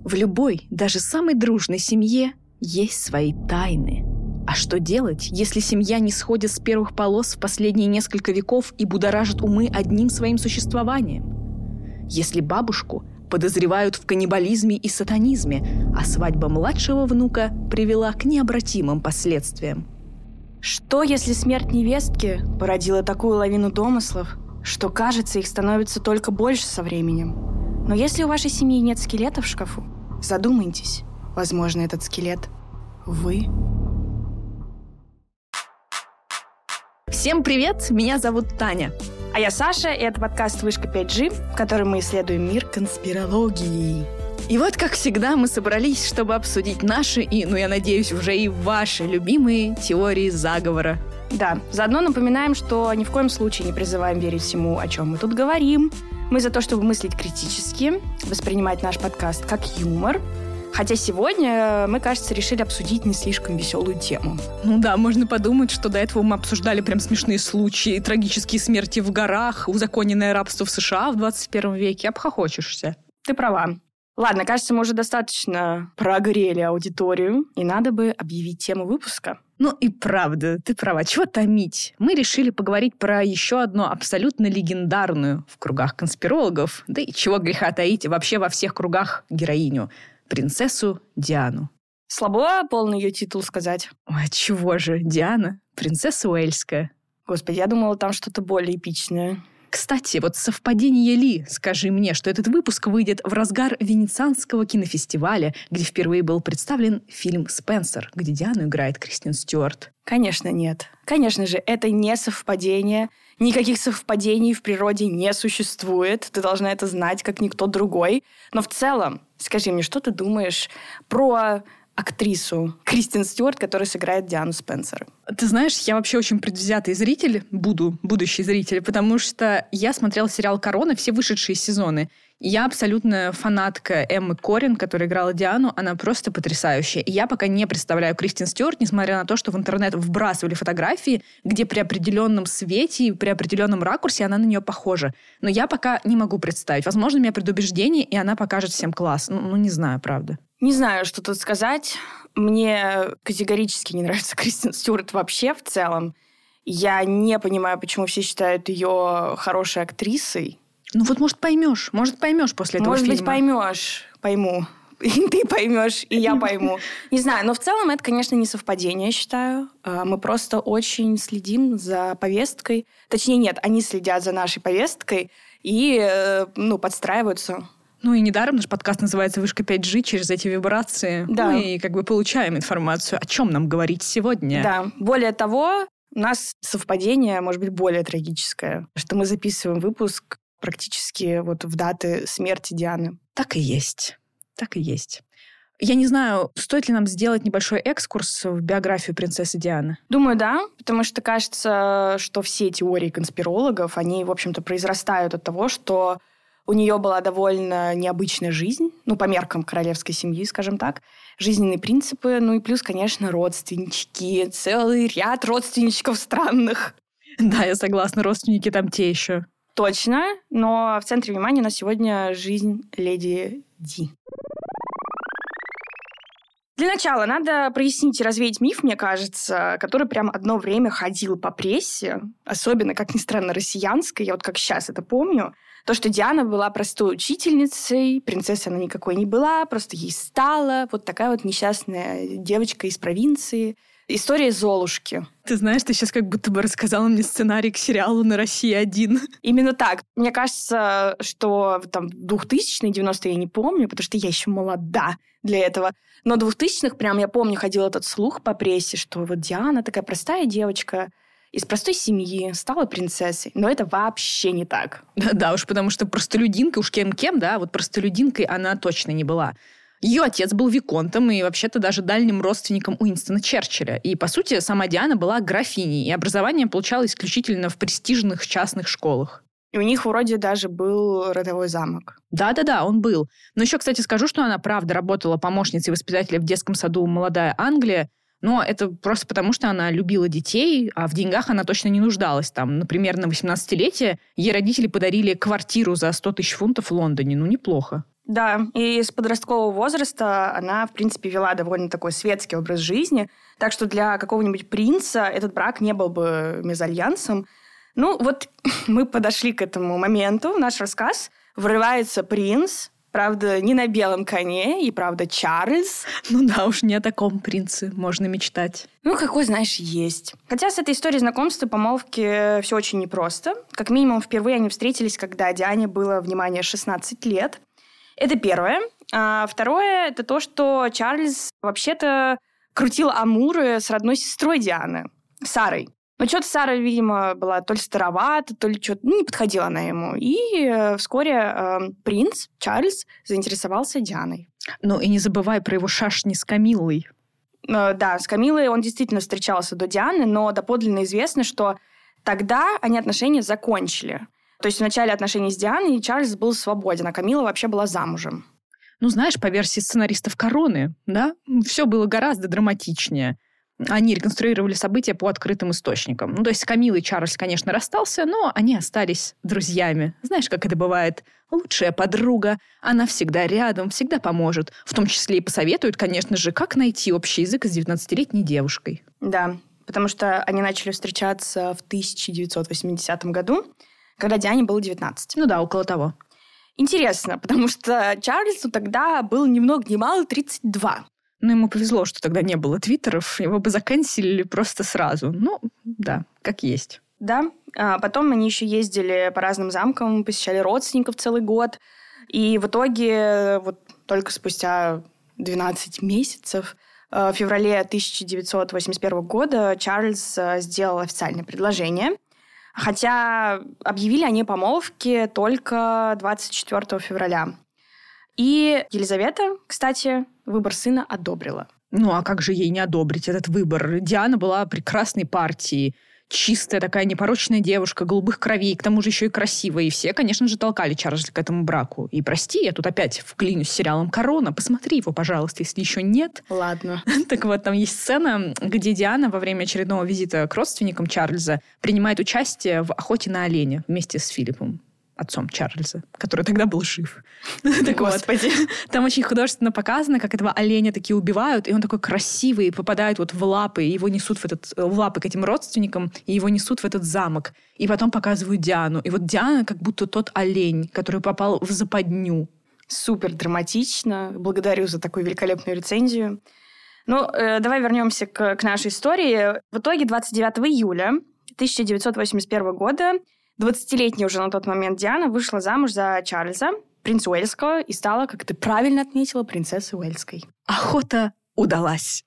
В любой, даже самой дружной семье есть свои тайны. А что делать, если семья не сходит с первых полос в последние несколько веков и будоражит умы одним своим существованием? Если бабушку подозревают в каннибализме и сатанизме, а свадьба младшего внука привела к необратимым последствиям? Что, если смерть невестки породила такую лавину домыслов, что, кажется, их становится только больше со временем? Но если у вашей семьи нет скелета в шкафу, задумайтесь, возможно, этот скелет – вы. Всем привет, меня зовут Таня. А я Саша, и это подкаст «Вышка 5G», в котором мы исследуем мир конспирологии. И вот, как всегда, мы собрались, чтобы обсудить наши и, я надеюсь, уже и ваши любимые теории заговора. Да, заодно напоминаем, что ни в коем случае не призываем верить всему, о чем мы тут говорим. Мы за то, чтобы мыслить критически, воспринимать наш подкаст как юмор. Хотя сегодня мы, кажется, решили обсудить не слишком веселую тему. Ну да, можно подумать, что до этого мы обсуждали прям смешные случаи, трагические смерти в горах, узаконенное рабство в США в 21 веке. Обхохочешься. Ты права. Ладно, кажется, мы уже достаточно прогрели аудиторию, и надо бы объявить тему выпуска. Ну и правда, ты права. Чего томить? Мы решили поговорить про еще одну абсолютно легендарную в кругах конспирологов, да и чего греха таить вообще во всех кругах героиню. Принцессу Диану. Слабо полный ее титул сказать. Ой, чего же, Диана, принцесса Уэльская. Господи, я думала, там что-то более эпичное. Кстати, вот совпадение ли, скажи мне, что этот выпуск выйдет в разгар Венецианского кинофестиваля, где впервые был представлен фильм «Спенсер», где Диану играет Кристен Стюарт? Конечно, нет. Конечно же, это не совпадение. Никаких совпадений в природе не существует. Ты должна это знать, как никто другой. Но в целом, скажи мне, что ты думаешь про актрису Кристен Стюарт, которая сыграет Диану Спенсер? Ты знаешь, я вообще очень предвзятый зритель, будущий зритель, потому что я смотрела сериал «Корона», все вышедшие сезоны. Я абсолютная фанатка Эммы Коррин, которая играла Диану. Она просто потрясающая. И я пока не представляю Кристен Стюарт, несмотря на то, что в интернет вбрасывали фотографии, где при определенном свете и при определенном ракурсе она на нее похожа. Но я пока не могу представить. Возможно, у меня предубеждение, и она покажет всем класс. Не знаю, правда. Не знаю, что тут сказать. Мне категорически не нравится Кристен Стюарт вообще в целом. Я не понимаю, почему все считают ее хорошей актрисой. Может, поймешь. Может, поймешь после этого фильма. Может быть, поймешь. Пойму. И ты поймешь, и я пойму. Не знаю, но в целом это, конечно, не совпадение, я считаю. Мы просто очень следим за повесткой. Точнее, нет, они следят за нашей повесткой и, подстраиваются. И недаром наш подкаст называется «Вышка 5G» через эти вибрации. Да. Мы получаем информацию, о чем нам говорить сегодня. Да. Более того, у нас совпадение, может быть, более трагическое, что мы записываем выпуск практически в даты смерти Дианы. Так и есть. Так и есть. Я не знаю, стоит ли нам сделать небольшой экскурс в биографию принцессы Дианы? Думаю, да, потому что кажется, что все теории конспирологов, они, в общем-то, произрастают от того, что у нее была довольно необычная жизнь, по меркам королевской семьи, скажем так, жизненные принципы, и плюс, конечно, родственнички, целый ряд родственничков странных. Да, я согласна, родственники там те еще. Точно, но в центре внимания у нас сегодня жизнь леди Ди. Для начала надо прояснить и развеять миф, мне кажется, который прям одно время ходил по прессе, особенно, как ни странно, россиянской, я как сейчас это помню, то, что Диана была простой учительницей, принцессой она никакой не была, просто ей стала такая несчастная девочка из провинции. История Золушки. Ты знаешь, ты сейчас как будто бы рассказала мне сценарий к сериалу на «Россия-1». Именно так. Мне кажется, что 2000-е, 90-е я не помню, потому что я еще молода для этого. Но 2000-х прям, я помню, ходил этот слух по прессе, что Диана такая простая девочка из простой семьи стала принцессой. Но это вообще не так. Да уж, потому что простолюдинкой, уж кем-кем, да, простолюдинкой она точно не была. Ее отец был виконтом и вообще-то даже дальним родственником Уинстона Черчилля. И, по сути, сама Диана была графиней, и образование получала исключительно в престижных частных школах. И у них вроде даже был родовой замок. Да, он был. Но еще, кстати, скажу, что она, правда, работала помощницей воспитателя в детском саду «Молодая Англия», но это просто потому, что она любила детей, а в деньгах она точно не нуждалась. Например, на 18-летие ей родители подарили квартиру за 100 000 фунтов в Лондоне. Неплохо. Да, и с подросткового возраста она, в принципе, вела довольно такой светский образ жизни, так что для какого-нибудь принца этот брак не был бы мезальянсом. Ну, вот мы подошли к этому моменту. В наш рассказ врывается принц, правда, не на белом коне, и, правда, Чарльз. Ну да, уж не о таком принце можно мечтать. Ну, какой, знаешь, есть. Хотя с этой историей знакомства, помолвки все очень непросто. Как минимум, впервые они встретились, когда Диане было, внимание, 16 лет. Это первое. А второе – это то, что Чарльз вообще-то крутил амуры с родной сестрой Дианы, Сарой. Но что-то Сара, видимо, была то ли старовата, то ли что-то... не подходила она ему. И вскоре принц Чарльз заинтересовался Дианой. Ну и не забывай про его шашни с Камиллой. Да, с Камиллой он действительно встречался до Дианы, но доподлинно известно, что тогда они отношения закончили. То есть в начале отношений с Дианой Чарльз был свободен, а Камилла вообще была замужем. Ну, знаешь, по версии сценаристов «Короны», да, все было гораздо драматичнее. Они реконструировали события по открытым источникам. Ну, то есть с Камиллой Чарльз, конечно, расстался, но они остались друзьями. Знаешь, как это бывает? Лучшая подруга, она всегда рядом, всегда поможет. В том числе и посоветует, конечно же, как найти общий язык с 19-летней девушкой. Да, потому что они начали встречаться в 1980 году, когда Диане было 19. Ну да, около того. Интересно, потому что Чарльзу тогда было ни много ни мало 32. Ну, ему повезло, что тогда не было твиттеров, его бы заканчивали просто сразу. Ну, да, как есть. Да, а потом они еще ездили по разным замкам, посещали родственников целый год. И в итоге вот только спустя 12 месяцев, в феврале 1981 года, Чарльз сделал официальное предложение. Хотя объявили они о помолвке только 24 февраля. И Елизавета, кстати, выбор сына одобрила. Ну, а как же ей не одобрить этот выбор? Диана была прекрасной партией. Чистая такая непорочная девушка, голубых кровей, к тому же еще и красивая. И все, конечно же, толкали Чарльза к этому браку. И прости, я тут опять вклинюсь с сериалом «Корона». Посмотри его, пожалуйста, если еще нет. Ладно. Так вот, там есть сцена, где Диана во время очередного визита к родственникам Чарльза принимает участие в охоте на оленя вместе с Филиппом, отцом Чарльза, который тогда был жив. Так Господи. Вот, там очень художественно показано, как этого оленя такие убивают, и он такой красивый, попадает вот в лапы, и его несут в лапы к этим родственникам, и его несут в этот замок. И потом показывают Диану. И вот Диана как будто тот олень, который попал в западню. Супер драматично. Благодарю за такую великолепную рецензию. Ну, давай вернемся к нашей истории. В итоге 29 июля 1981 года 20-летняя уже на тот момент Диана вышла замуж за Чарльза, принца Уэльского, и стала, как ты правильно отметила, принцессой Уэльской. Охота удалась.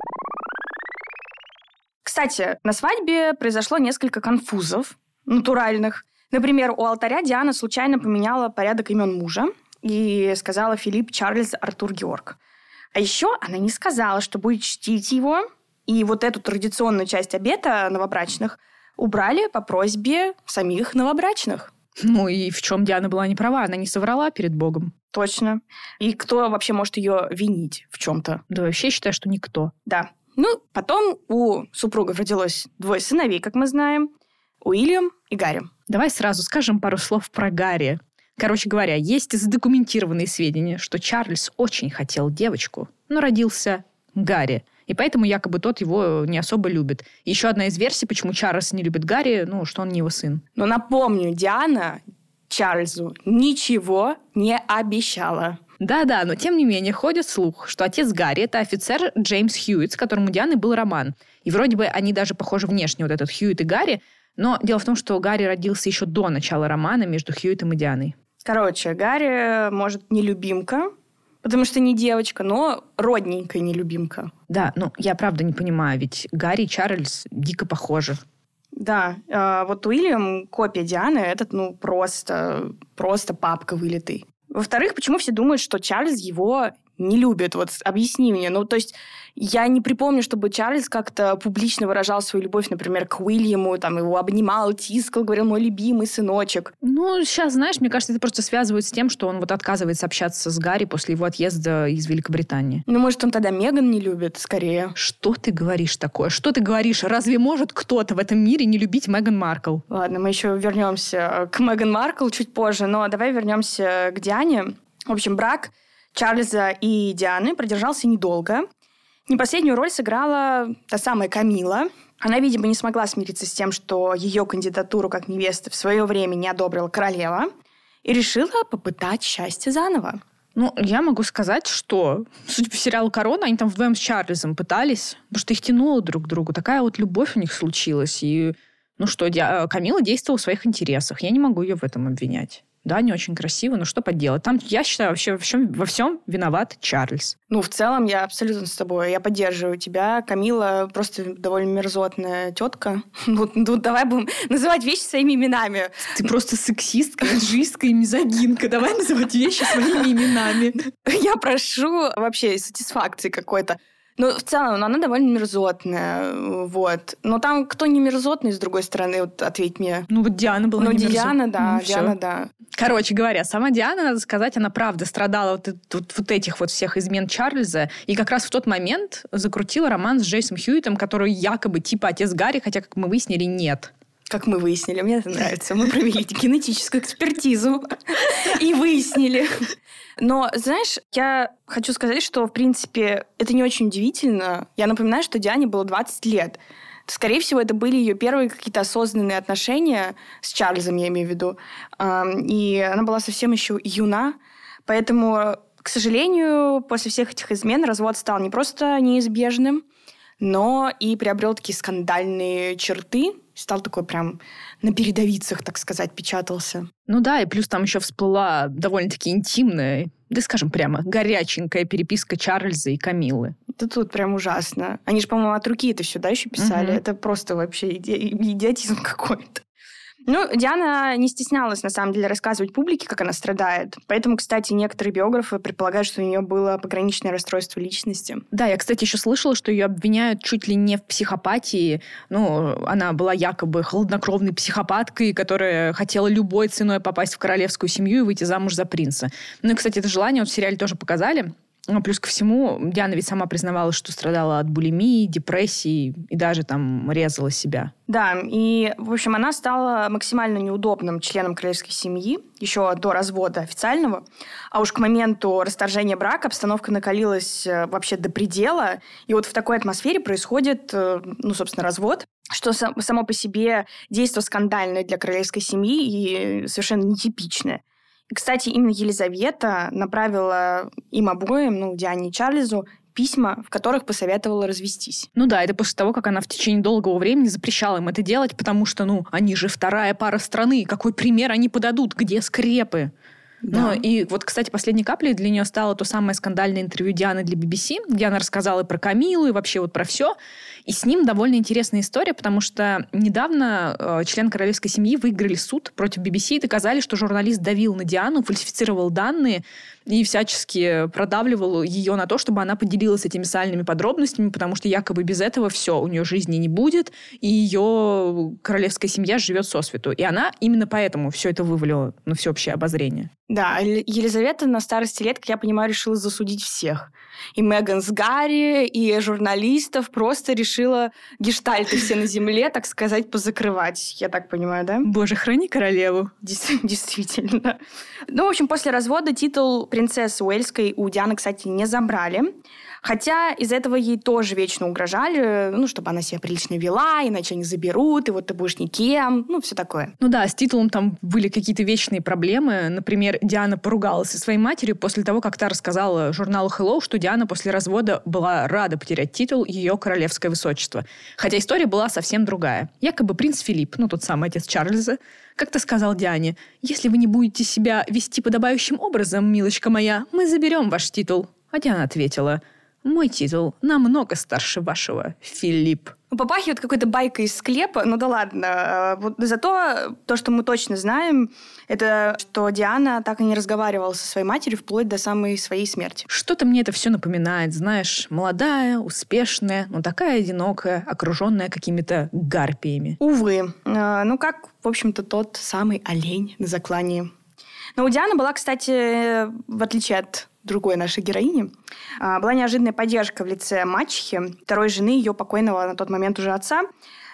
Кстати, на свадьбе произошло несколько конфузов натуральных. Например, у алтаря Диана случайно поменяла порядок имен мужа и сказала Филипп, Чарльз, Артур, Георг. А еще она не сказала, что будет чтить его, и вот эту традиционную часть обета новобрачных убрали по просьбе самих новобрачных. Ну и в чем Диана была не права? Она не соврала перед Богом. Точно. И кто вообще может ее винить в чем-то? Да вообще считаю, что никто. Да. Ну, потом у супругов родилось 2 сыновей, как мы знаем. Уильям и Гарри. Давай сразу скажем пару слов про Гарри. Короче говоря, есть задокументированные сведения, что Чарльз очень хотел девочку, но родился Гарри. И поэтому якобы тот его не особо любит. Еще одна из версий, почему Чарльз не любит Гарри, что он не его сын. Но напомню, Диана Чарльзу ничего не обещала. Да-да, но тем не менее ходит слух, что отец Гарри – это офицер Джеймс Хьюитт, с которым у Дианы был роман. И вроде бы они даже похожи внешне, вот этот Хьюитт и Гарри. Но дело в том, что Гарри родился еще до начала романа между Хьюиттом и Дианой. Короче, Гарри, может, не любимка, потому что не девочка, но родненькая нелюбимка. Да, я правда не понимаю, ведь Гарри и Чарльз дико похожи. Да, вот Уильям, копия Дианы, этот, просто папка вылитый. Во-вторых, почему все думают, что Чарльз его не любит? Вот объясни мне. То есть я не припомню, чтобы Чарльз как-то публично выражал свою любовь, например, к Уильяму, там его обнимал, тискал, говорил, мой любимый сыночек. Сейчас, знаешь, мне кажется, это просто связывают с тем, что он отказывается общаться с Гарри после его отъезда из Великобритании. Может, он тогда Меган не любит, скорее. Что ты говоришь такое? Что ты говоришь? Разве может кто-то в этом мире не любить Меган Маркл? Ладно, мы еще вернемся к Меган Маркл чуть позже, но давай вернемся к Диане. В общем, брак Чарльза и Дианы продержался недолго. Не последнюю роль сыграла та самая Камила. Она, видимо, не смогла смириться с тем, что ее кандидатуру как невесты в свое время не одобрила королева, и решила попытать счастье заново. Ну, я могу сказать, что, судя по сериалу «Корона», они там вдвоем с Чарльзом пытались, потому что их тянуло друг к другу. Такая вот любовь у них случилась. И, Камила действовала в своих интересах. Я не могу ее в этом обвинять. Да, не очень красиво, но что поделать. Там, я считаю, вообще во всем виноват Чарльз. Ну, в целом, я абсолютно с тобой. Я поддерживаю тебя. Камила просто довольно мерзотная тетка. Ну, давай будем называть вещи своими именами. Ты просто сексистка, эйджистка и мизогинка. Давай называть вещи своими именами. Я прошу вообще сатисфакции какой-то. Ну, в целом, она довольно мерзотная, вот. Но там кто не мерзотный, с другой стороны, вот ответь мне. Ну, вот Диана была не мерзотная. Диана, да, Диана, да. Короче говоря, сама Диана, надо сказать, она правда страдала вот этих вот всех измен Чарльза. И как раз в тот момент закрутила роман с Джейсом Хьюитом, который якобы типа отец Гарри, хотя, как мы выяснили, нет. Как мы выяснили, мне это нравится. Мы провели генетическую экспертизу и выяснили. Но, знаешь, я хочу сказать, что, в принципе, это не очень удивительно. Я напоминаю, что Диане было 20 лет. Скорее всего, это были ее первые какие-то осознанные отношения с Чарльзом, я имею в виду. И она была совсем еще юна. Поэтому, к сожалению, после всех этих измен развод стал не просто неизбежным, но и приобрел такие скандальные черты. Стал такой прям на передовицах, так сказать, печатался. Ну да, и плюс там еще всплыла довольно-таки интимная, да скажем прямо, горяченькая переписка Чарльза и Камиллы. Это тут прям ужасно. Они же, по-моему, от руки это все, да, еще писали? Это просто вообще идиотизм какой-то. Ну, Диана не стеснялась, на самом деле, рассказывать публике, как она страдает. Поэтому, кстати, некоторые биографы предполагают, что у нее было пограничное расстройство личности. Да, я, кстати, еще слышала, что ее обвиняют чуть ли не в психопатии. Ну, она была якобы хладнокровной психопаткой, которая хотела любой ценой попасть в королевскую семью и выйти замуж за принца. Ну и, кстати, это желание вот в сериале тоже показали. Ну, плюс ко всему, Диана ведь сама признавалась, что страдала от булимии, депрессии и даже там резала себя. Да, и, в общем, она стала максимально неудобным членом королевской семьи еще до развода официального. А уж к моменту расторжения брака обстановка накалилась вообще до предела. И вот в такой атмосфере происходит, собственно, развод, что само по себе действо скандальное для королевской семьи и совершенно нетипичное. И, кстати, именно Елизавета направила им обоим, Диане и Чарльзу, письма, в которых посоветовала развестись. Ну да, это после того, как она в течение долгого времени запрещала им это делать, потому что, они же вторая пара страны. Какой пример они подадут? Где скрепы? Да. И вот, кстати, последней каплей для нее стало то самое скандальное интервью Дианы для BBC, где она рассказала и про Камилу, и вообще вот про все. И с ним довольно интересная история, потому что недавно члены королевской семьи выиграли суд против BBC и доказали, что журналист давил на Диану, фальсифицировал данные и всячески продавливал ее на то, чтобы она поделилась этими сальными подробностями, потому что якобы без этого все, у нее жизни не будет, и ее королевская семья живет сосвету. И она именно поэтому все это вывалила на всеобщее обозрение. Да, Елизавета на старости лет, как я понимаю, решила засудить всех. И Меган с Гарри, и журналистов просто решила гештальты все на земле, так сказать, позакрывать. Я так понимаю, да? Боже, храни королеву. Действительно. В общем, после развода титул принцессы Уэльской у Дианы, кстати, не забрали. Хотя из-за этого ей тоже вечно угрожали, чтобы она себя прилично вела, иначе они заберут, и вот ты будешь никем, все такое. Ну да, с титулом там были какие-то вечные проблемы. Например, Диана поругалась со своей матерью после того, как та рассказала журналу Hello, что Диана после развода была рада потерять титул ее королевское высочество. Хотя история была совсем другая. Якобы принц Филипп, тот самый отец Чарльза, как-то сказал Диане: «Если вы не будете себя вести подобающим образом, милочка моя, мы заберем ваш титул». А Диана ответила: «Мой титул намного старше вашего, Филипп». Попахивает какой-то байкой из склепа, да ладно. Зато то, что мы точно знаем, это что Диана так и не разговаривала со своей матерью вплоть до самой своей смерти. Что-то мне это все напоминает, знаешь, молодая, успешная, но такая одинокая, окруженная какими-то гарпиями. Увы. Как, в общем-то, тот самый олень на заклании. Но у Дианы была, кстати, в отличие от другой нашей героини, была неожиданная поддержка в лице мачехи, второй жены ее покойного на тот момент уже отца.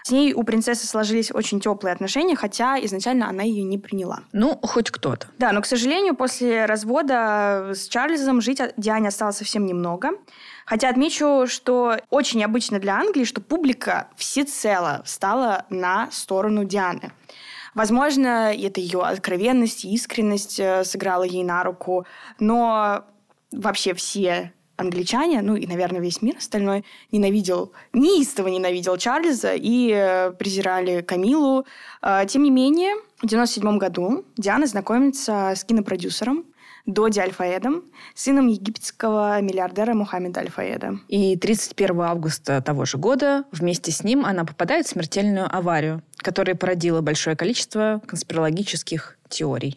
С ней у принцессы сложились очень теплые отношения, хотя изначально она ее не приняла. Ну, хоть кто-то. Да, но, к сожалению, после развода с Чарльзом жить Диане осталось совсем немного. Хотя отмечу, что очень необычно для Англии, что публика всецело встала на сторону Дианы. Возможно, это ее откровенность и искренность сыграла ей на руку, но вообще все англичане, ну и, наверное, весь мир остальной неистово ненавидел Чарльза и презирали Камилу. Тем не менее, в 1997 году Диана знакомится с кинопродюсером Доди Аль-Фаедом, сыном египетского миллиардера Мухаммеда Аль-Фаеда. И 31 августа того же года вместе с ним она попадает в смертельную аварию, которая породила большое количество конспирологических теорий.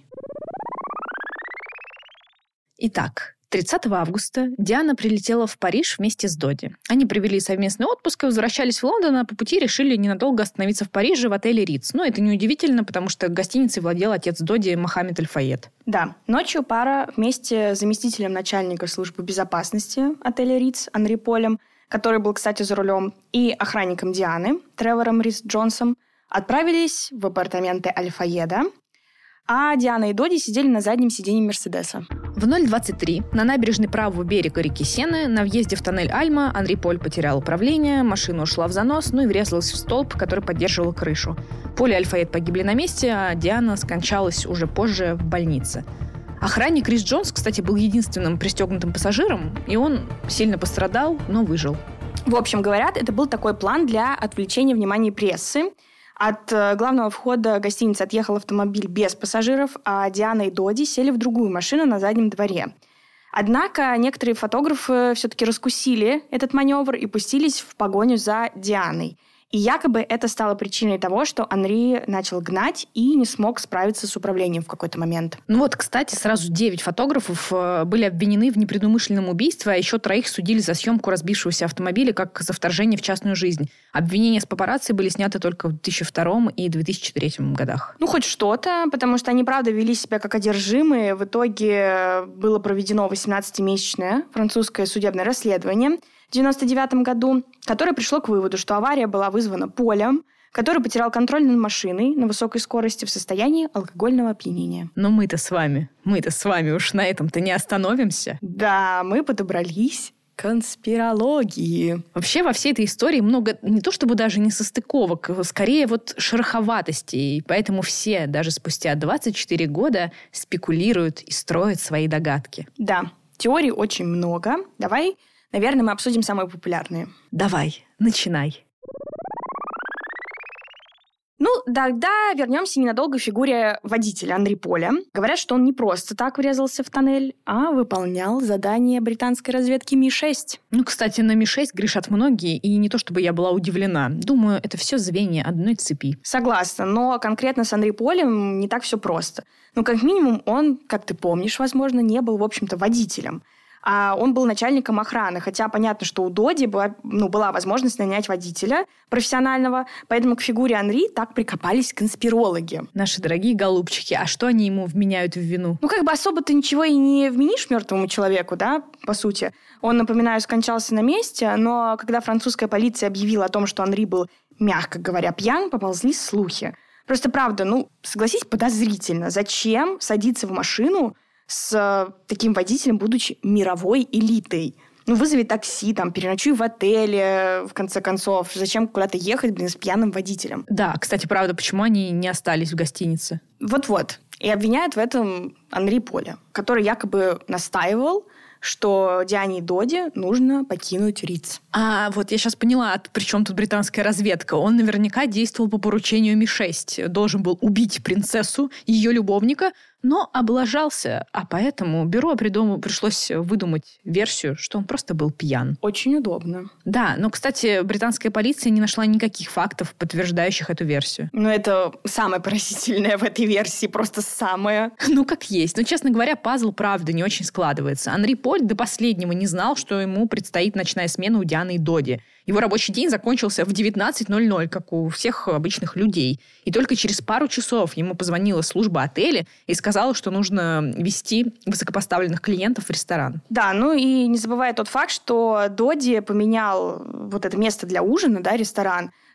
Итак, 30 августа Диана прилетела в Париж вместе с Доди. Они провели совместный отпуск и возвращались в Лондон, а по пути решили ненадолго остановиться в Париже в отеле «Риц». Но это неудивительно, потому что гостиницей владел отец Доди Мохаммед Аль-Фаед. Да, ночью пара вместе с заместителем начальника службы безопасности отеля «Риц» Анри Полем, который был, кстати, за рулем, и охранником Дианы Тревором Рис-Джонсом, отправились в апартаменты Аль-Фаеда, а Диана и Доди сидели на заднем сиденье Мерседеса. В 0:23 на набережной правого берега реки Сены на въезде в тоннель Альма Анри Поль потерял управление, машина ушла в занос, и врезалась в столб, который поддерживал крышу. Поль и Аль-Фаед погибли на месте, а Диана скончалась уже позже в больнице. Охранник Рис Джонс, кстати, был единственным пристегнутым пассажиром, и он сильно пострадал, но выжил. В общем, говорят, это был такой план для отвлечения внимания прессы. От главного входа гостиницы отъехал автомобиль без пассажиров, а Диана и Доди сели в другую машину на заднем дворе. Однако некоторые фотографы все-таки раскусили этот маневр и пустились в погоню за Дианой. И якобы это стало причиной того, что Анри начал гнать и не смог справиться с управлением в какой-то момент. Ну вот, кстати, сразу 9 фотографов были обвинены в непредумышленном убийстве, а еще 3 судили за съемку разбившегося автомобиля как за вторжение в частную жизнь. Обвинения с папарацци были сняты только в 2002 и 2003 годах. Ну, хоть что-то, потому что они, правда, вели себя как одержимые. В итоге было проведено 18-месячное французское судебное расследование в 1999 году, которое пришло к выводу, что авария была вызвана Полем, который потерял контроль над машиной на высокой скорости в состоянии алкогольного опьянения. Но мы-то с вами уж на этом-то не остановимся. Да, мы подобрались к конспирологии. Вообще во всей этой истории много не то чтобы даже несостыковок, скорее вот шероховатостей. Поэтому все, даже спустя 24 года, спекулируют и строят свои догадки. Да, теорий очень много. Давай, наверное, мы обсудим самые популярные. Давай, начинай. Ну, тогда вернемся ненадолго к фигуре водителя Анри Поля. Говорят, что он не просто так врезался в тоннель, а выполнял задание британской разведки Ми-6. Ну, кстати, на Ми-6 грешат многие, и не то чтобы я была удивлена. Думаю, это все звенья одной цепи. Согласна, но конкретно с Анри Полем не так все просто. Ну, как минимум, он, как ты помнишь, возможно, не был, в общем-то, водителем. А он был начальником охраны. Хотя понятно, что у Доди была возможность нанять водителя профессионального, поэтому к фигуре Анри так прикопались конспирологи. Наши дорогие голубчики, а что они ему вменяют в вину? Ну, как бы особо-то ничего и не вменишь мертвому человеку, да, по сути. Он, напоминаю, скончался на месте, но когда французская полиция объявила о том, что Анри был, мягко говоря, пьян, поползли слухи. Просто правда, согласись, подозрительно. Зачем садиться в машину с таким водителем, будучи мировой элитой? Вызови такси, переночуй в отеле, в конце концов. Зачем куда-то ехать, с пьяным водителем? Да, кстати, правда, почему они не остались в гостинице? Вот-вот. И обвиняют в этом Анри Поля, который якобы настаивал, что Диане и Доди нужно покинуть Риц. А вот я сейчас поняла, при чем тут британская разведка. Он наверняка действовал по поручению Ми-6. Должен был убить принцессу, ее любовника, но облажался. А поэтому бюро пришлось выдумать версию, что он просто был пьян. Очень удобно. Да, но, кстати, британская полиция не нашла никаких фактов, подтверждающих эту версию. Это самое поразительное в этой версии, просто самое. Как есть. Но, честно говоря, пазл, правда, не очень складывается. Анри Поль до последнего не знал, что ему предстоит ночная смена у Дианы и Доди. Его рабочий день закончился в 19:00, как у всех обычных людей. И только через пару часов ему позвонила служба отеля и сказала, что нужно везти высокопоставленных клиентов в ресторан. Да, и не забывая тот факт, что Доди поменял вот это место для ужина, да, ресторан,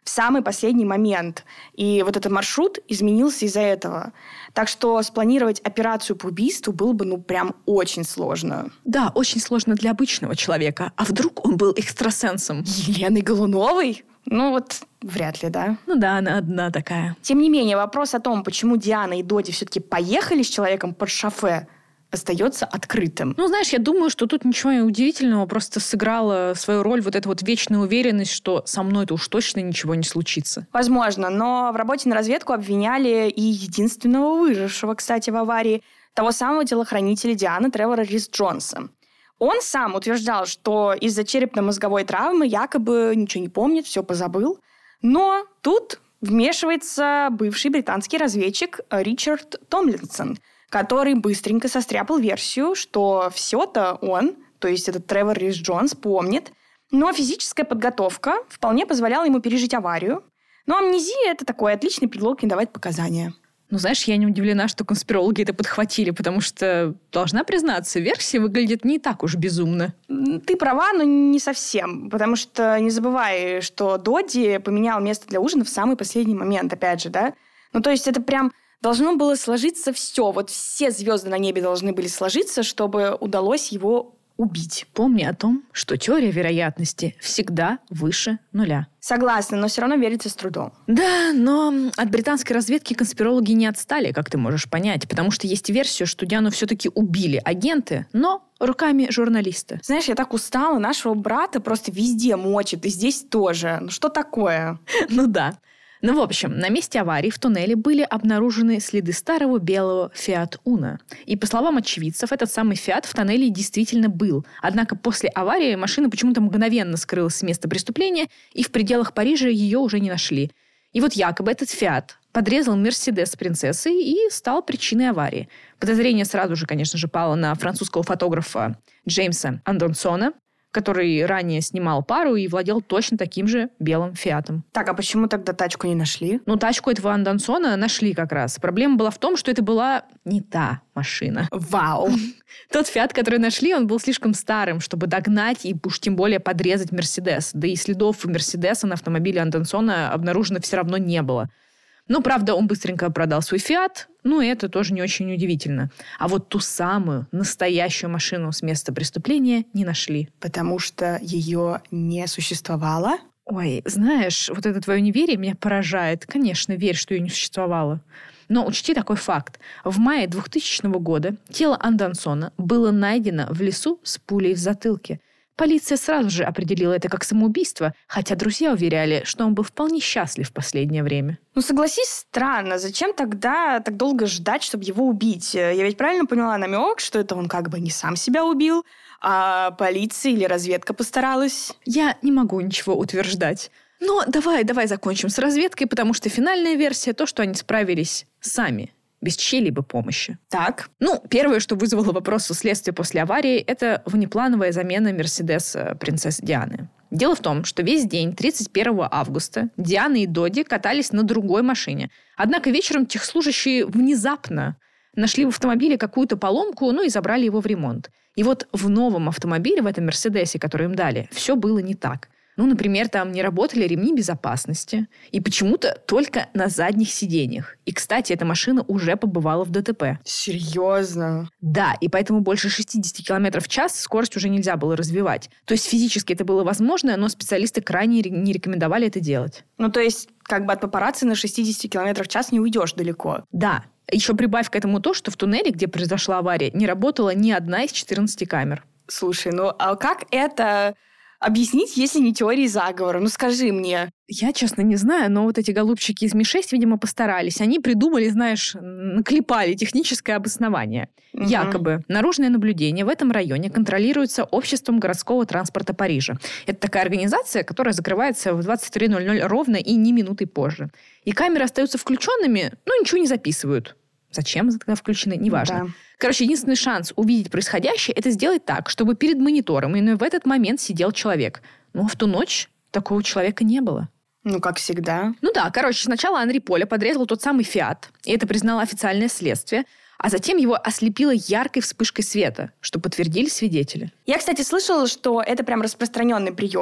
в самый последний момент. И вот этот маршрут изменился из-за этого. Так что спланировать операцию по убийству было бы, прям очень сложно. Да, очень сложно для обычного человека. А вдруг он был экстрасенсом? Еленой Голуновой? Вряд ли, да? Да, она одна такая. Тем не менее, вопрос о том, почему Диана и Доди все-таки поехали с человеком под шофе, остается открытым. Знаешь, я думаю, что тут ничего удивительного, просто сыграла свою роль вот эта вот вечная уверенность, что со мной-то уж точно ничего не случится. Возможно, но в работе на разведку обвиняли и единственного выжившего, кстати, в аварии, того самого телохранителя Дианы Тревора Рис-Джонса. Он сам утверждал, что из-за черепно-мозговой травмы якобы ничего не помнит, все позабыл. Но тут вмешивается бывший британский разведчик Ричард Томлинсон, который быстренько состряпал версию, что все-то он, то есть этот Тревор Рис-Джонс, помнит, но физическая подготовка вполне позволяла ему пережить аварию. Но амнезия – это такой отличный предлог не давать показания. Знаешь, я не удивлена, что конспирологи это подхватили, потому что, должна признаться, версия выглядит не так уж безумно. Ты права, но не совсем, потому что не забывай, что Додди поменял место для ужина в самый последний момент, опять же, да? То есть это прям должно было сложиться все. Вот все звезды на небе должны были сложиться, чтобы удалось его убить. Помни о том, что теория вероятности всегда выше нуля. Согласна, но все равно верится с трудом. Да, но от британской разведки конспирологи не отстали, как ты можешь понять, потому что есть версия, что Диану все-таки убили агенты, но руками журналиста. Знаешь, я так устала, нашего брата просто везде мочит, и здесь тоже. Что такое? Да. В общем, на месте аварии в туннеле были обнаружены следы старого белого Fiat Uno. И, по словам очевидцев, этот самый Fiat в тоннеле действительно был. Однако после аварии машина почему-то мгновенно скрылась с места преступления, и в пределах Парижа ее уже не нашли. И вот якобы этот Fiat подрезал Мерседес с принцессой и стал причиной аварии. Подозрение сразу же, конечно же, пало на французского фотографа Джеймса Андонсона, который ранее снимал пару и владел точно таким же белым Фиатом. Так, а почему тогда тачку не нашли? Тачку этого Андонсона нашли как раз. Проблема была в том, что это была не та машина. Вау! Тот Фиат, который нашли, он был слишком старым, чтобы догнать и уж тем более подрезать Мерседес. Да и следов Мерседеса на автомобиле Андонсона обнаружено все равно не было. Правда, он быстренько продал свой Фиат, и это тоже не очень удивительно. А вот ту самую настоящую машину с места преступления не нашли. Потому что ее не существовало? Ой, знаешь, вот это твое неверие меня поражает. Конечно, верь, что ее не существовало. Но учти такой факт. В мае 2000 года тело Андонсона было найдено в лесу с пулей в затылке. Полиция сразу же определила это как самоубийство, хотя друзья уверяли, что он был вполне счастлив в последнее время. Согласись, странно. Зачем тогда так долго ждать, чтобы его убить? Я ведь правильно поняла намек, что это он как бы не сам себя убил, а полиция или разведка постаралась? Я не могу ничего утверждать. Но давай закончим с разведкой, потому что финальная версия – то, что они справились сами, без чьей-либо помощи. Так. Первое, что вызвало вопрос у следствия после аварии, это внеплановая замена Мерседеса принцессы Дианы. Дело в том, что весь день 31 августа Диана и Доди катались на другой машине. Однако вечером техслужащие внезапно нашли в автомобиле какую-то поломку, и забрали его в ремонт. И вот в новом автомобиле, в этом Мерседесе, который им дали, все было не так. Например, там не работали ремни безопасности. И почему-то только на задних сиденьях. И, кстати, эта машина уже побывала в ДТП. Серьезно? Да, и поэтому больше 60 км в час скорость уже нельзя было развивать. То есть физически это было возможно, но специалисты крайне не рекомендовали это делать. То есть как бы от папарацци на 60 км в час не уйдешь далеко. Да. Еще прибавь к этому то, что в туннеле, где произошла авария, не работала ни одна из 14 камер. Слушай, а как это объяснить, если не теории заговора? Скажи мне. Я, честно, не знаю, но вот эти голубчики из Ми-6, видимо, постарались. Они придумали, знаешь, наклепали техническое обоснование. Угу. Якобы наружное наблюдение в этом районе контролируется Обществом городского транспорта Парижа. Это такая организация, которая закрывается в 23:00 ровно и ни минутой позже. И камеры остаются включенными, но ничего не записывают. Зачем тогда включены? Неважно. Да. Короче, единственный шанс увидеть происходящее – это сделать так, чтобы перед монитором именно в этот момент сидел человек. Но в ту ночь такого человека не было. Как всегда. Сначала Анри Поля подрезал тот самый «Фиат», и это признало официальное следствие, а затем его ослепило яркой вспышкой света, что подтвердили свидетели. Я, кстати, слышала, что это прям распространенный прием,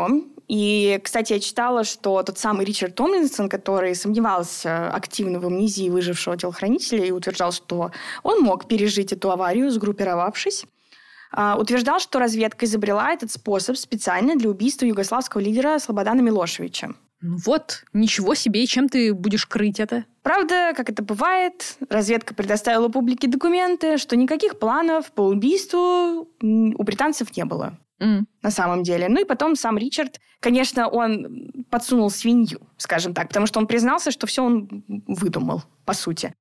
И, кстати, я читала, что тот самый Ричард Томлинсон, который сомневался активно в амнезии выжившего телохранителя и утверждал, что он мог пережить эту аварию, сгруппировавшись, утверждал, что разведка изобрела этот способ специально для убийства югославского лидера Слободана Милошевича. Ну вот, ничего себе, и чем ты будешь крыть это? Правда, как это бывает, разведка предоставила публике документы, что никаких планов по убийству у британцев не было. На самом деле. Ну и потом сам Ричард, конечно, он подсунул свинью, скажем так, потому что он признался, что все он выдумал, по сути.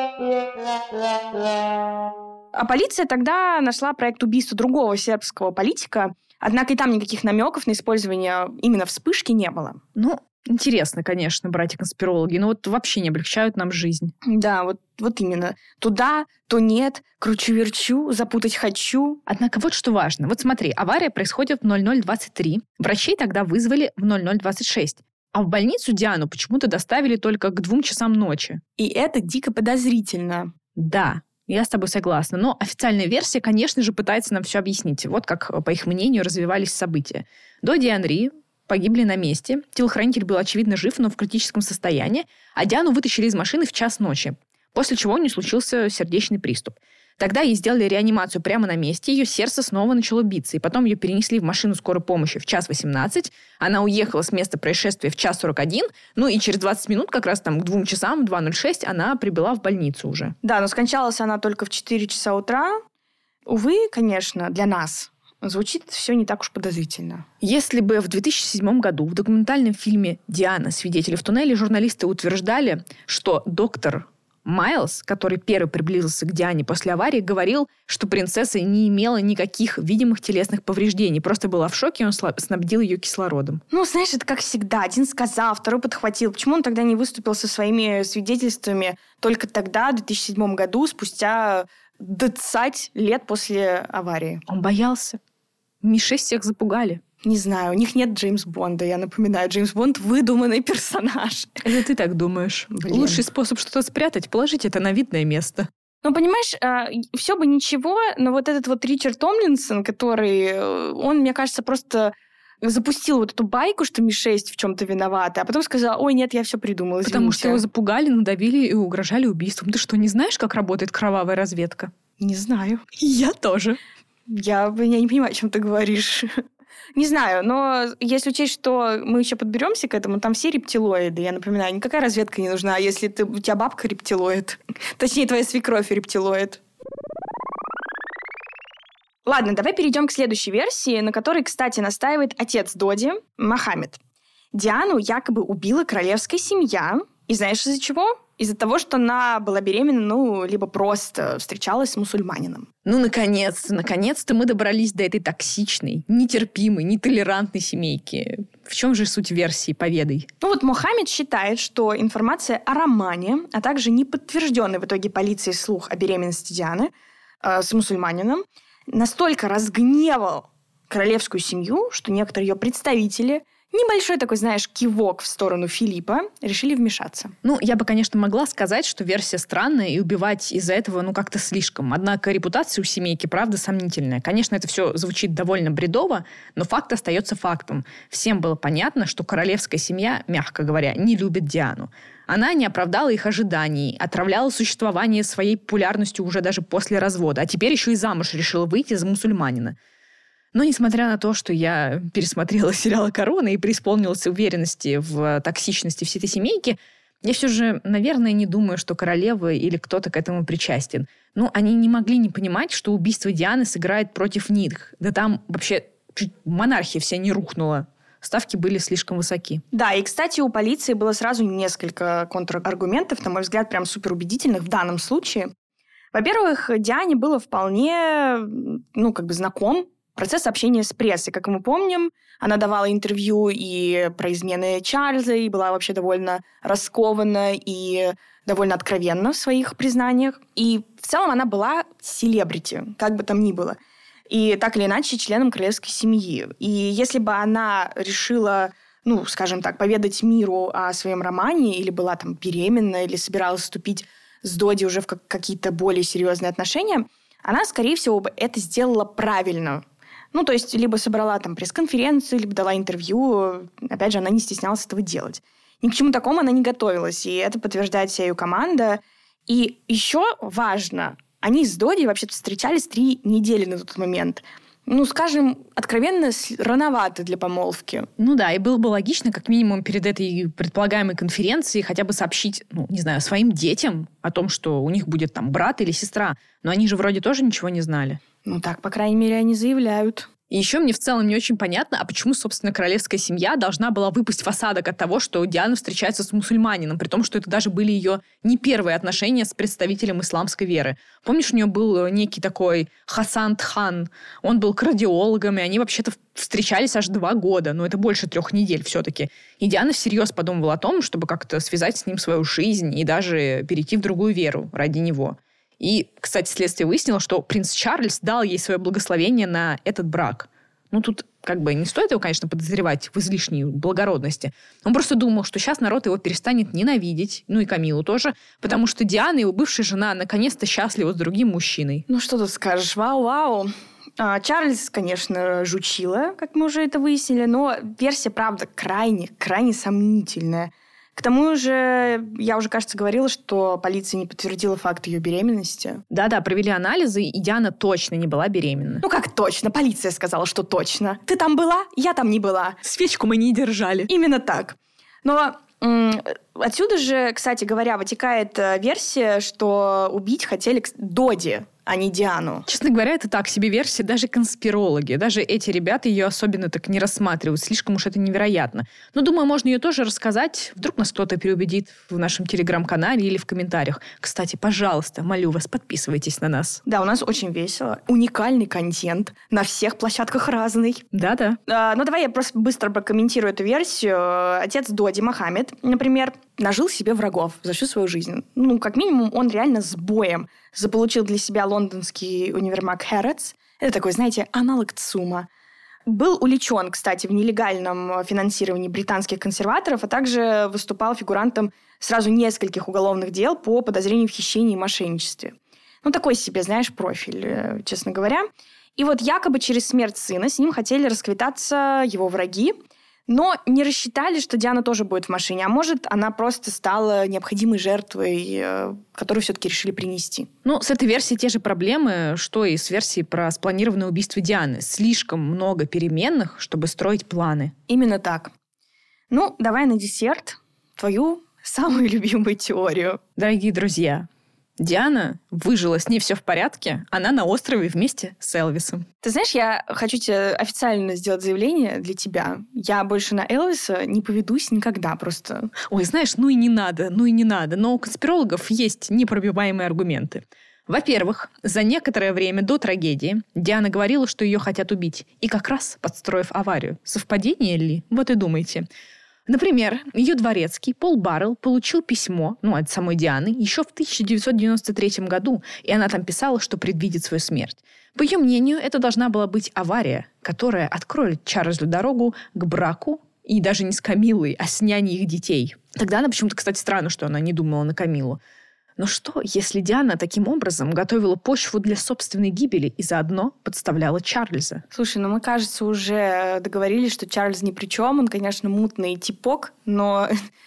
А полиция тогда нашла проект убийства другого сербского политика, однако и там никаких намеков на использование именно вспышки не было. Ну, интересно, конечно, братья-конспирологи, но вот вообще не облегчают нам жизнь. Да, вот именно. Туда, то нет, кручу-верчу, запутать хочу. Однако вот что важно. Вот смотри, авария происходит в 00:23. Врачей тогда вызвали в 00:26. А в больницу Диану почему-то доставили только к 2 часам ночи. И это дико подозрительно. Да, я с тобой согласна. Но официальная версия, конечно же, пытается нам все объяснить. Вот как, по их мнению, развивались события. Доди и Анри погибли на месте. Телохранитель был, очевидно, жив, но в критическом состоянии. А Диану вытащили из машины в 1:00 ночи. После чего у нее случился сердечный приступ. Тогда ей сделали реанимацию прямо на месте. Ее сердце снова начало биться. И потом ее перенесли в машину скорой помощи в 1:18. Она уехала с места происшествия в 1:41. Ну и через 20 минут, как раз там к 2 часам, 2:06, она прибыла в больницу уже. Да, но скончалась она только в 4 часа утра. Увы, конечно, для нас звучит все не так уж подозрительно. Если бы в 2007 году в документальном фильме «Диана. Свидетели в туннеле» журналисты утверждали, что доктор Майлз, который первый приблизился к Диане после аварии, говорил, что принцесса не имела никаких видимых телесных повреждений, просто была в шоке, и он снабдил ее кислородом. Ну, знаешь, это как всегда. Один сказал, второй подхватил. Почему он тогда не выступил со своими свидетельствами только тогда, в 2007 году, спустя 20 лет после аварии? Он боялся. Ми-6 всех запугали. Не знаю, у них нет Джеймса Бонда. Я напоминаю, Джеймс Бонд — выдуманный персонаж. Это ты так думаешь. Блин. Лучший способ что-то спрятать — положить это на видное место. Ну, понимаешь, все бы ничего, но вот этот вот Ричард Томлинсон, который, он, мне кажется, просто запустил вот эту байку, что Ми-6 в чем-то виновата, а потом сказал: ой, нет, я все придумал, извините. Потому что его запугали, надавили и угрожали убийством. Ты что, не знаешь, как работает кровавая разведка? Не знаю. Я тоже. Я не понимаю, о чем ты говоришь. Не знаю, но если учесть, что мы еще подберемся к этому, там все рептилоиды. Я напоминаю, никакая разведка не нужна, если у тебя бабка рептилоид. Точнее, твоя свекровь рептилоид. Ладно, давай перейдем к следующей версии, на которой, кстати, настаивает отец Доди, Мохаммед. Диану якобы убила королевская семья. И знаешь, из-за чего? Из-за того, что она была беременна, либо просто встречалась с мусульманином. Ну, наконец-то мы добрались до этой токсичной, нетерпимой, нетолерантной семейки. В чем же суть версии, поведай? Ну вот Мохаммед считает, что информация о романе, а также неподтвержденный в итоге полицией слух о беременности Дианы с мусульманином, настолько разгневал королевскую семью, что некоторые ее представители, небольшой такой, знаешь, кивок в сторону Филиппа, решили вмешаться. Ну, я бы, конечно, могла сказать, что версия странная, и убивать из-за этого, как-то слишком. Однако репутация у семейки, правда, сомнительная. Конечно, это все звучит довольно бредово, но факт остается фактом. Всем было понятно, что королевская семья, мягко говоря, не любит Диану. Она не оправдала их ожиданий, отравляла существование своей популярностью уже даже после развода, а теперь еще и замуж решила выйти за мусульманина. Но несмотря на то, что я пересмотрела сериал «Корона» и преисполнилась уверенности в токсичности всей этой семейки, я все же, наверное, не думаю, что королева или кто-то к этому причастен. Они не могли не понимать, что убийство Дианы сыграет против них. Да там вообще чуть монархия вся не рухнула. Ставки были слишком высоки. Да, и, кстати, у полиции было сразу несколько контраргументов, на мой взгляд, прям суперубедительных в данном случае. Во-первых, Диане было вполне, знаком процесс общения с прессой. Как мы помним, она давала интервью и про измены Чарльза, и была вообще довольно раскована и довольно откровенна в своих признаниях. И в целом она была селебрити, как бы там ни было. И так или иначе членом королевской семьи. И если бы она решила, поведать миру о своем романе, или была там беременна, или собиралась вступить с Доди уже в какие-то более серьезные отношения, она, скорее всего, бы это сделала правильно. Ну, то есть, либо собрала там пресс-конференцию, либо дала интервью. Опять же, она не стеснялась этого делать. Ни к чему такому она не готовилась, и это подтверждает вся ее команда. И еще важно, они с Доди вообще-то встречались 3 недели на тот момент. Ну, скажем, откровенно рановато для помолвки. Ну да, и было бы логично, как минимум, перед этой предполагаемой конференцией хотя бы сообщить, ну, не знаю, своим детям о том, что у них будет там брат или сестра. Но они же вроде тоже ничего не знали. Ну так, по крайней мере, они заявляют. И еще мне в целом не очень понятно, а почему, собственно, королевская семья должна была выпасть в осадок от того, что Диана встречается с мусульманином, при том, что это даже были ее не первые отношения с представителем исламской веры. Помнишь, у нее был некий такой Хасан Тхан, он был кардиологом, и они вообще-то встречались аж 2 года, но это больше 3 недель все-таки. И Диана всерьез подумывала о том, чтобы как-то связать с ним свою жизнь и даже перейти в другую веру ради него. И, кстати, следствие выяснило, что принц Чарльз дал ей свое благословение на этот брак. Ну, тут как бы не стоит его, конечно, подозревать в излишней благородности. Он просто думал, что сейчас народ его перестанет ненавидеть, ну и Камилу тоже, потому что Диана, его бывшая жена, наконец-то счастлива с другим мужчиной. Ну, что тут скажешь? Вау-вау. Чарльз, конечно, жучила, как мы уже это выяснили, но версия, правда, крайне сомнительная. К тому же, я уже, кажется, говорила, что полиция не подтвердила факт ее беременности. Да-да, провели анализы, и Диана точно не была беременна. Ну как точно? Полиция сказала, что точно. Ты там была? Я там не была. Свечку мы не держали. Именно так. Но отсюда же, кстати говоря, вытекает версия, что убить хотели Доди, а не Диану. Честно говоря, это так себе версия, даже конспирологи. Даже эти ребята ее особенно так не рассматривают. Слишком уж это невероятно. Но, думаю, можно ее тоже рассказать. Вдруг нас кто-то переубедит в нашем телеграм-канале или в комментариях. Кстати, пожалуйста, молю вас, подписывайтесь на нас. Да, у нас очень весело. Уникальный контент. На всех площадках разный. Да-да. Ну, давай я просто быстро прокомментирую эту версию. Отец Доди, Мохаммед, например, нажил себе врагов за всю свою жизнь. Ну, как минимум, он реально с боем заполучил для себя лондонский универмаг Хэрротс. Это такой, знаете, аналог ЦУМа. Был увлечен, кстати, в нелегальном финансировании британских консерваторов, а также выступал фигурантом сразу нескольких уголовных дел по подозрению в хищении и мошенничестве. Ну, такой себе, знаешь, профиль, честно говоря. И вот якобы через смерть сына с ним хотели расквитаться его враги, но не рассчитали, что Диана тоже будет в машине. А может, она просто стала необходимой жертвой, которую все-таки решили принести. Ну, с этой версией те же проблемы, что и с версией про спланированное убийство Дианы. Слишком много переменных, чтобы строить планы. Именно так. Ну, давай на десерт твою самую любимую теорию. Дорогие друзья, Диана выжила, с ней все в порядке. Она на острове вместе с Элвисом. Ты знаешь, я хочу тебе официально сделать заявление для тебя. Я больше на Элвиса не поведусь никогда просто. Ой, знаешь, ну и не надо. Но у конспирологов есть непробиваемые аргументы. Во-первых, за некоторое время до трагедии Диана говорила, что ее хотят убить. И как раз подстроив аварию. Совпадение ли? Вот и думайте. Например, ее дворецкий Пол Баррелл получил письмо, от самой Дианы, еще в 1993 году, и она там писала, что предвидит свою смерть. По ее мнению, это должна была быть авария, которая откроет Чарльзу дорогу к браку, и даже не с Камиллой, а с няней их детей. Тогда она почему-то, кстати, странно, что она не думала на Камиллу. Но что, если Диана таким образом готовила почву для собственной гибели и заодно подставляла Чарльза? Слушай, мы, кажется, уже договорились, что Чарльз ни при чем. Он, конечно, мутный типок, но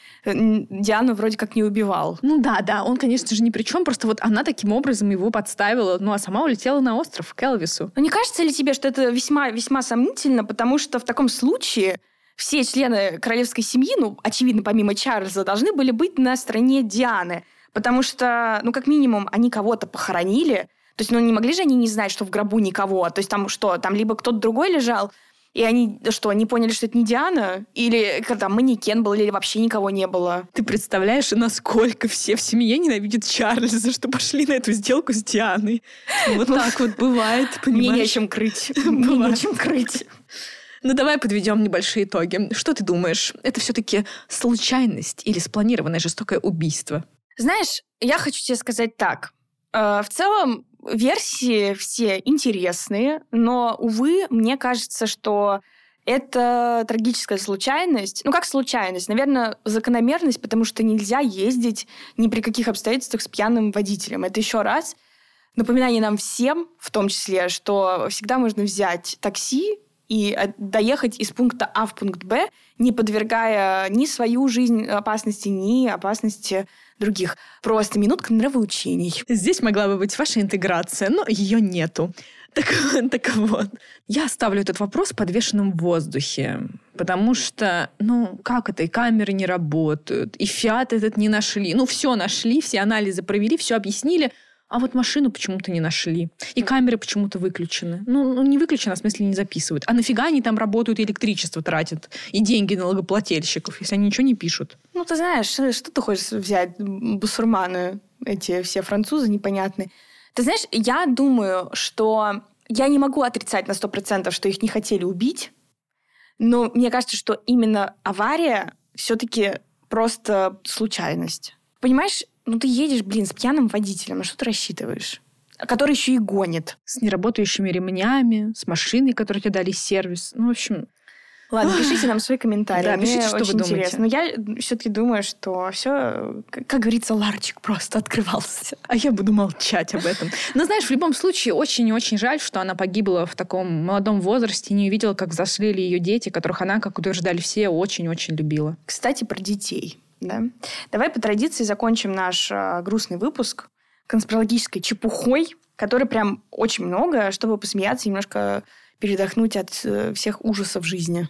Диану вроде как не убивал. Ну да, он, конечно же, ни при чем. Просто вот она таким образом его подставила, а сама улетела на остров к Элвису. Но не кажется ли тебе, что это весьма сомнительно, потому что в таком случае все члены королевской семьи, очевидно, помимо Чарльза, должны были быть на стороне Дианы. Потому что, как минимум, они кого-то похоронили. То есть, не могли же они не знать, что в гробу никого. То есть, там либо кто-то другой лежал, и они не поняли, что это не Диана? Или там манекен был, или вообще никого не было? Ты представляешь, насколько все в семье ненавидят Чарльза, что пошли на эту сделку с Дианой? Вот так вот бывает, понимаешь? Мне нечем крыть. Мне нечем крыть. Давай подведем небольшие итоги. Что ты думаешь? Это все-таки случайность или спланированное жестокое убийство? Знаешь, я хочу тебе сказать так. В целом, версии все интересные, но, увы, мне кажется, что это трагическая случайность. Как случайность? Наверное, закономерность, потому что нельзя ездить ни при каких обстоятельствах с пьяным водителем. Это еще раз. Напоминание нам всем, в том числе, что всегда можно взять такси и доехать из пункта А в пункт Б, не подвергая ни свою жизнь опасности, ни опасности других. Просто минутка нравоучений. Здесь могла бы быть ваша интеграция, но ее нету. Так вот, я оставлю этот вопрос подвешенным в воздухе, потому что, как это, и камеры не работают, и фиат этот не нашли. Все нашли, все анализы провели, все объяснили, а вот машину почему-то не нашли. И камеры почему-то выключены. Не выключены, в смысле не записывают. А нафига они там работают и электричество тратят, и деньги налогоплательщиков, если они ничего не пишут? Ты знаешь, что ты хочешь взять? Бусурманы, эти все французы непонятные. Ты знаешь, я думаю, что я не могу отрицать на 100%, что их не хотели убить, но мне кажется, что именно авария все-таки просто случайность. Понимаешь, ты едешь, с пьяным водителем, на что ты рассчитываешь? Который еще и гонит. С неработающими ремнями, с машиной, которую тебе дали сервис. В общем... Ладно, пишите нам свои комментарии. Да, пишите, что вы думаете. Но я все-таки думаю, что все, как говорится, ларчик просто открывался. А я буду молчать об этом. Но знаешь, в любом случае, очень и очень жаль, что она погибла в таком молодом возрасте и не увидела, как взрослели ее дети, которых она, как утверждали все, очень-очень любила. Кстати, про детей. Да? Давай по традиции закончим наш грустный выпуск конспирологической чепухой, которой прям очень много, чтобы посмеяться и немножко передохнуть от всех ужасов жизни.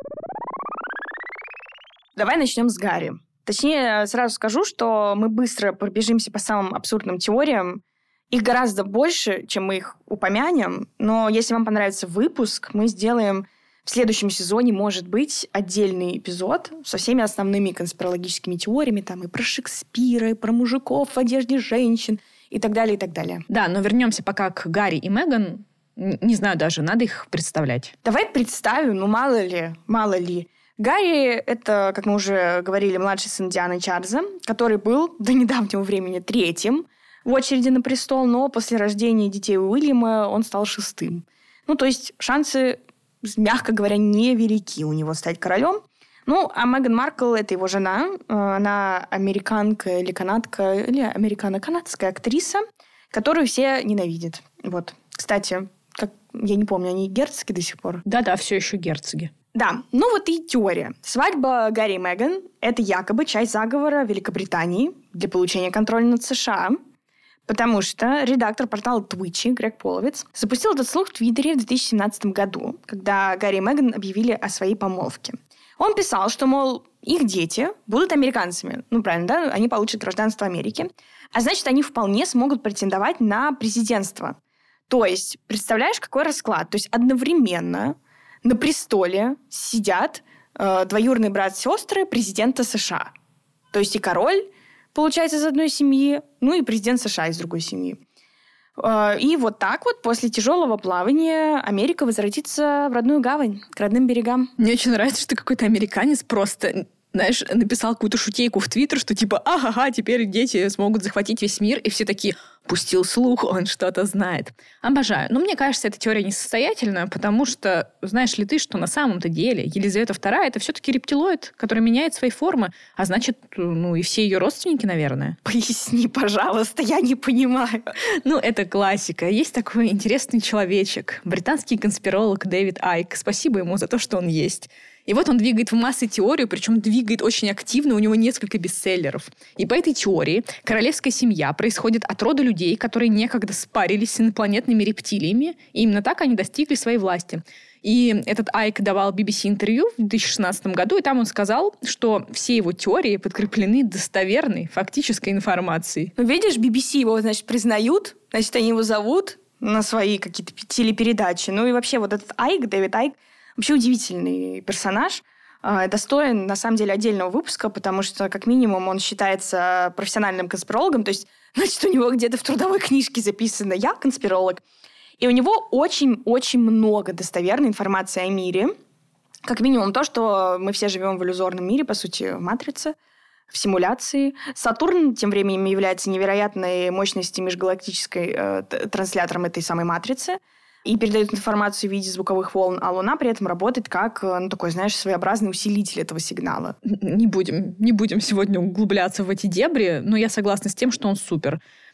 Давай начнем с Гарри. Точнее, сразу скажу, что мы быстро пробежимся по самым абсурдным теориям. Их гораздо больше, чем мы их упомянем. Но если вам понравится выпуск, мы сделаем в следующем сезоне, может быть, отдельный эпизод со всеми основными конспирологическими теориями. Там и про Шекспира, и про мужиков в одежде женщин, и так далее, и так далее. Да, но вернемся пока к Гарри и Меган. Не знаю даже, надо их представлять. Давай представим, мало ли. Гарри — это, как мы уже говорили, младший сын Дианы и Чарльза, который был до недавнего времени 3-м в очереди на престол, но после рождения детей Уильяма он стал 6-м. То есть шансы, мягко говоря, невелики у него стать королем. А Меган Маркл — это его жена. Она американка или канадка, или американо-канадская актриса, которую все ненавидят. Вот. Кстати, я не помню, они герцоги до сих пор? Да, все еще герцоги. Да, и теория. Свадьба Гарри и Меган – это якобы часть заговора Великобритании для получения контроля над США, потому что редактор портала Twitch Грег Половиц запустил этот слух в Твиттере в 2017 году, когда Гарри и Меган объявили о своей помолвке. Он писал, что, мол, их дети будут американцами. Правильно, да? Они получат гражданство Америки. А значит, они вполне смогут претендовать на президентство. То есть, представляешь, какой расклад? То есть, одновременно на престоле сидят двоюродный брат и сестры президента США. То есть, и король, получается, из одной семьи, и президент США из другой семьи. И вот так вот после тяжелого плавания Америка возвратится в родную гавань, к родным берегам. Мне очень нравится, что какой-то американец просто, знаешь, написал какую-то шутейку в Твиттер, что типа, теперь дети смогут захватить весь мир, и все такие, пустил слух, он что-то знает. Обожаю. Но мне кажется, эта теория несостоятельная, потому что, знаешь ли ты, что на самом-то деле Елизавета II — это все-таки рептилоид, который меняет свои формы, а значит, и все ее родственники, наверное. Поясни, пожалуйста, я не понимаю. Это классика. Есть такой интересный человечек, британский конспиролог Дэвид Айк. Спасибо ему за то, что он есть. И вот он двигает в массы теорию, причем двигает очень активно, у него несколько бестселлеров. И по этой теории королевская семья происходит от рода людей, которые некогда спарились с инопланетными рептилиями, и именно так они достигли своей власти. И этот Айк давал BBC интервью в 2016 году, и там он сказал, что все его теории подкреплены достоверной фактической информацией. Видишь, BBC его, признают, значит, они его зовут на свои какие-то телепередачи. И вообще вот этот Айк, Дэвид Айк, вообще удивительный персонаж, достоин, на самом деле, отдельного выпуска, потому что, как минимум, он считается профессиональным конспирологом, то есть, значит, у него где-то в трудовой книжке записано «Я конспиролог». И у него очень-очень много достоверной информации о мире. Как минимум то, что мы все живем в иллюзорном мире, по сути, в матрице, в симуляции. Сатурн тем временем является невероятной мощности межгалактической транслятором этой самой матрицы и передает информацию в виде звуковых волн, а Луна при этом работает как, такой, своеобразный усилитель этого сигнала. Не будем сегодня углубляться в эти дебри, но я согласна с тем, что он супер.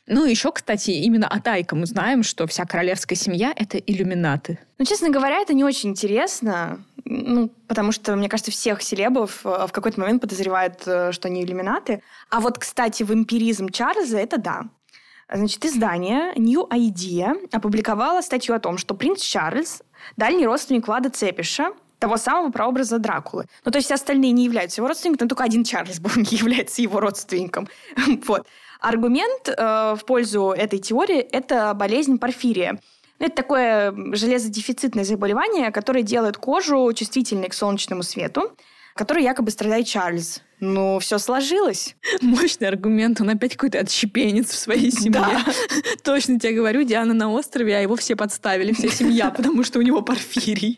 Ну, еще, кстати, именно от Айка мы знаем, что вся королевская семья — это иллюминаты. Ну, честно говоря, это не очень интересно, потому что, мне кажется, всех селебов в какой-то момент подозревают, что они иллюминаты. А вот, кстати, вампиризм Чарльза — это да. Значит, издание New Idea опубликовало статью о том, что принц Чарльз – дальний родственник Влада Цепиша, того самого прообраза Дракулы. Ну, то есть все остальные не являются его родственниками, но только один Чарльз является его родственником. Вот. Аргумент в пользу этой теории – это болезнь порфирия. Это такое железодефицитное заболевание, которое делает кожу чувствительной к солнечному свету, которой якобы страдает Чарльз. Ну, все сложилось. Мощный аргумент. Он опять какой-то отщепенец в своей семье. Да. Точно тебе говорю, Диана на острове, а его все подставили, вся семья, потому что у него порфирий.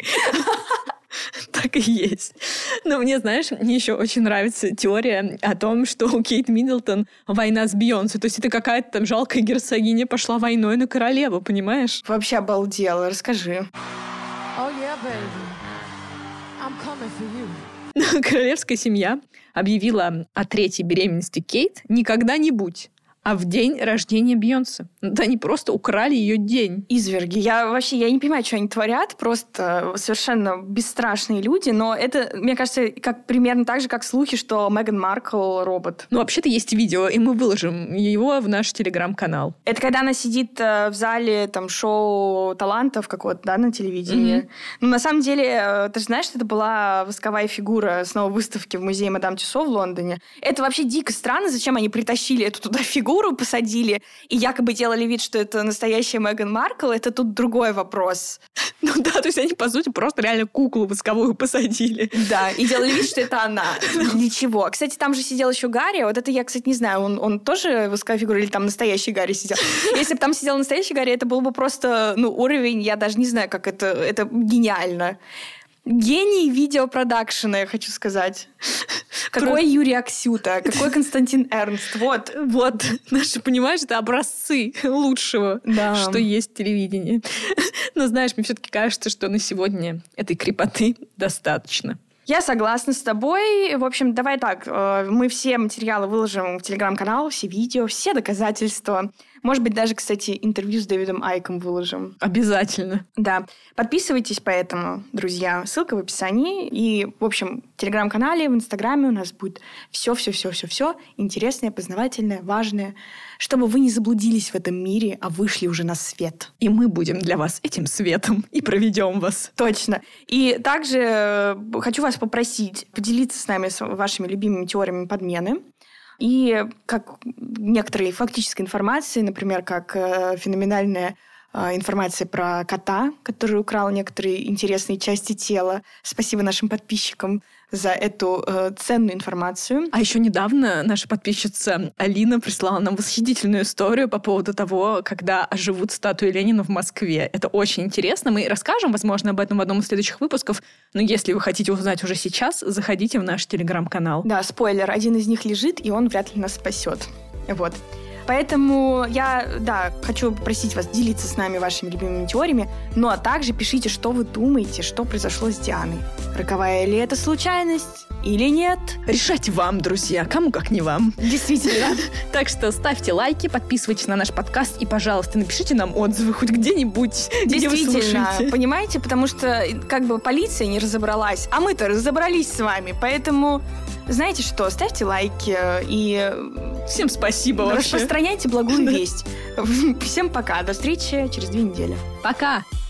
Так и есть. Но мне, знаешь, мне еще очень нравится теория о том, что у Кейт Миддлтон война с Бейонсе. То есть это какая-то там жалкая герцогиня пошла войной на королеву, понимаешь? Вообще обалдела. Расскажи. Oh yeah, baby. I'm coming for you. Королевская семья объявила о третьей беременности Кейт не когда-нибудь, а в день рождения Бейонсе. Да они просто украли ее день. Изверги. Я не понимаю, что они творят. Просто совершенно бесстрашные люди. Но это, мне кажется, примерно так же, как слухи, что Меган Маркл робот. Ну, вообще-то есть видео, и мы выложим его в наш телеграм-канал. Это когда она сидит в зале там, шоу талантов какого-то, да, на телевидении. Ну, на самом деле, ты же знаешь, что это была восковая фигура с новой выставки в музее Мадам Тюссо в Лондоне. Это вообще дико странно, зачем они притащили эту туда фигуру, посадили и якобы делали вид, что это настоящая Меган Маркл, это тут другой вопрос. Ну да, то есть они, по сути, просто реально куклу восковую посадили. Да, и делали вид, что это она. Ничего. Кстати, там же сидел еще Гарри. Вот это я, кстати, не знаю, он тоже восковая фигура или там настоящий Гарри сидел? Если бы там сидел настоящий Гарри, это был бы просто, уровень, я даже не знаю, как это гениально. Гений видеопродакшена, я хочу сказать. Какой Юрий Аксюта, какой Константин Эрнст. Вот, наши, понимаешь, это образцы лучшего, что есть в телевидении. Но знаешь, мне все-таки кажется, что на сегодня этой крепоты достаточно. Я согласна с тобой. В общем, давай так. Мы все материалы выложим в телеграм-канал, все видео, все доказательства. Может быть, даже, кстати, интервью с Дэвидом Айком выложим. Обязательно. Да. Подписывайтесь поэтому, друзья. Ссылка в описании. И, в общем, в телеграм-канале, в инстаграме у нас будет все интересное, познавательное, важное, чтобы вы не заблудились в этом мире, а вышли уже на свет. И мы будем для вас этим светом и проведем вас. Точно. И также хочу вас попросить поделиться с нами вашими любимыми теориями подмены. И как некоторые фактической информации, например, как феноменальная информация про кота, который украл некоторые интересные части тела. Спасибо нашим подписчикам за эту ценную информацию. А еще недавно наша подписчица Алина прислала нам восхитительную историю по поводу того, когда оживут статуи Ленина в Москве. Это очень интересно. Мы расскажем, возможно, об этом в одном из следующих выпусков. Но если вы хотите узнать уже сейчас, заходите в наш телеграм-канал. Да, спойлер. Один из них лежит, и он вряд ли нас спасет. Вот. Поэтому я, хочу попросить вас делиться с нами вашими любимыми теориями, ну а также пишите, что вы думаете, что произошло с Дианой. Роковая ли это случайность или нет? Решайте вам, друзья, кому как не вам. Действительно. Так что ставьте лайки, подписывайтесь на наш подкаст и, пожалуйста, напишите нам отзывы хоть где-нибудь, где вы слушаете. Понимаете, потому что полиция не разобралась, а мы-то разобрались с вами, поэтому... Знаете что, ставьте лайки и... Всем спасибо вообще. Распространяйте благую весть. Всем пока. До встречи через 2 недели. Пока.